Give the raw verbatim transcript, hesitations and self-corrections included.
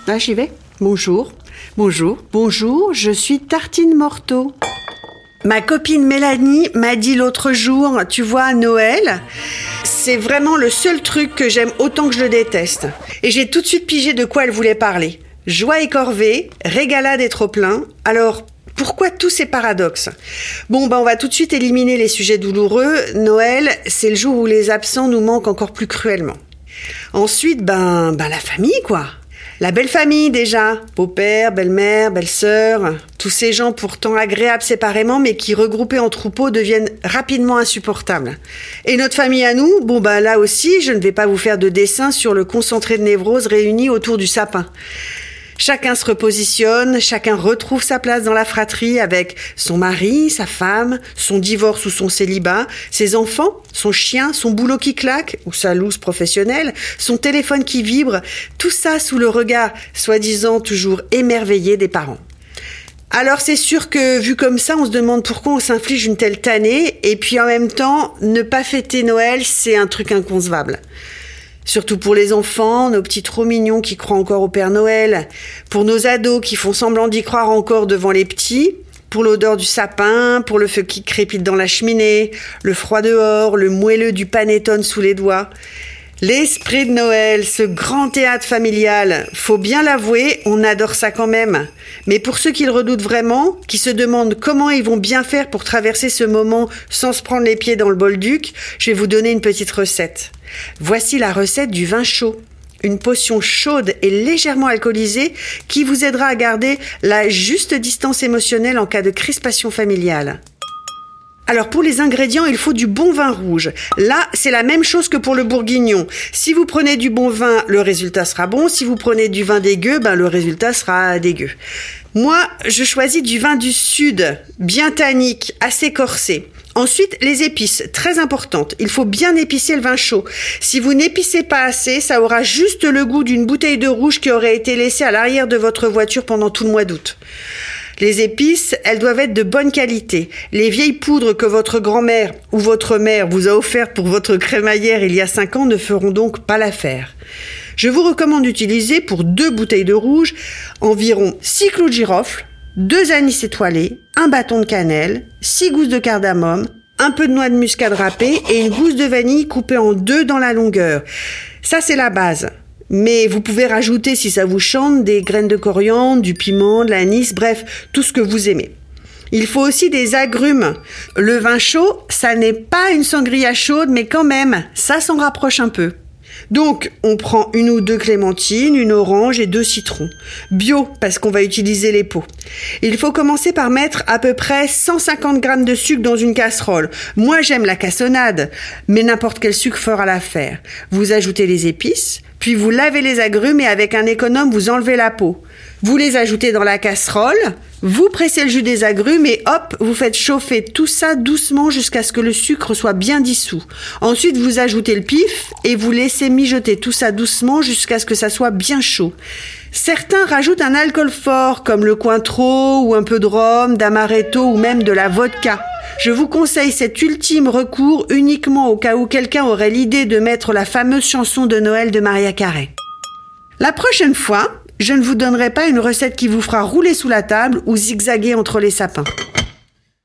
Ah, j'y vais. Bonjour, bonjour, bonjour, je suis Tartine Morteau. Ma copine Mélanie m'a dit l'autre jour, tu vois, Noël, c'est vraiment le seul truc que j'aime autant que je le déteste. Et j'ai tout de suite pigé de quoi elle voulait parler. Joie et corvée, régalade et trop plein. Alors, pourquoi tous ces paradoxes ? Bon, ben on va tout de suite éliminer les sujets douloureux. Noël, c'est le jour où les absents nous manquent encore plus cruellement. Ensuite, ben, ben la famille, quoi. La belle famille, déjà. Beau-père, belle-mère, belle-sœur. Tous ces gens pourtant agréables séparément, mais qui, regroupés en troupeaux, deviennent rapidement insupportables. Et notre famille à nous, bon ben là aussi, je ne vais pas vous faire de dessin sur le concentré de névrose réuni autour du sapin. Chacun se repositionne, chacun retrouve sa place dans la fratrie avec son mari, sa femme, son divorce ou son célibat, ses enfants, son chien, son boulot qui claque ou sa loose professionnelle, son téléphone qui vibre, tout ça sous le regard soi-disant toujours émerveillé des parents. Alors c'est sûr que vu comme ça, on se demande pourquoi on s'inflige une telle tannée et puis en même temps, ne pas fêter Noël, c'est un truc inconcevable. Surtout pour les enfants, nos petits trop mignons qui croient encore au Père Noël, pour nos ados qui font semblant d'y croire encore devant les petits, pour l'odeur du sapin, pour le feu qui crépite dans la cheminée, le froid dehors, le moelleux du panettone sous les doigts. L'esprit de Noël, ce grand théâtre familial, faut bien l'avouer, on adore ça quand même. Mais pour ceux qui le redoutent vraiment, qui se demandent comment ils vont bien faire pour traverser ce moment sans se prendre les pieds dans le bolduc, je vais vous donner une petite recette. Voici la recette du vin chaud. Une potion chaude et légèrement alcoolisée qui vous aidera à garder la juste distance émotionnelle en cas de crispation familiale. Alors pour les ingrédients, il faut du bon vin rouge. Là, c'est la même chose que pour le bourguignon. Si vous prenez du bon vin, le résultat sera bon. Si vous prenez du vin dégueu, ben le résultat sera dégueu. Moi, je choisis du vin du sud, bien tannique, assez corsé. Ensuite, les épices, très importantes. Il faut bien épicer le vin chaud. Si vous n'épicez pas assez, ça aura juste le goût d'une bouteille de rouge qui aurait été laissée à l'arrière de votre voiture pendant tout le mois d'août. Les épices, elles doivent être de bonne qualité. Les vieilles poudres que votre grand-mère ou votre mère vous a offertes pour votre crémaillère il y a cinq ans ne feront donc pas l'affaire. Je vous recommande d'utiliser pour deux bouteilles de rouge environ six clous de girofle, deux anis étoilés, un bâton de cannelle, six gousses de cardamome, un peu de noix de muscade râpée et une gousse de vanille coupée en deux dans la longueur. Ça, c'est la base. Mais vous pouvez rajouter, si ça vous chante, des graines de coriandre, du piment, de l'anis, bref, tout ce que vous aimez. Il faut aussi des agrumes. Le vin chaud, ça n'est pas une sangria chaude, mais quand même, ça s'en rapproche un peu. Donc, on prend une ou deux clémentines, une orange et deux citrons. Bio, parce qu'on va utiliser les pots. Il faut commencer par mettre à peu près cent cinquante grammes de sucre dans une casserole. Moi, j'aime la cassonade, mais n'importe quel sucre fera l'affaire. Vous ajoutez les épices, puis vous lavez les agrumes et avec un économe, vous enlevez la peau. Vous les ajoutez dans la casserole, vous pressez le jus des agrumes et hop, vous faites chauffer tout ça doucement jusqu'à ce que le sucre soit bien dissous. Ensuite, vous ajoutez le pif et vous laissez mijoter tout ça doucement jusqu'à ce que ça soit bien chaud. Certains rajoutent un alcool fort comme le Cointreau ou un peu de rhum, d'amaretto ou même de la vodka. Je vous conseille cet ultime recours uniquement au cas où quelqu'un aurait l'idée de mettre la fameuse chanson de Noël de Maria Carey. La prochaine fois, je ne vous donnerai pas une recette qui vous fera rouler sous la table ou zigzaguer entre les sapins.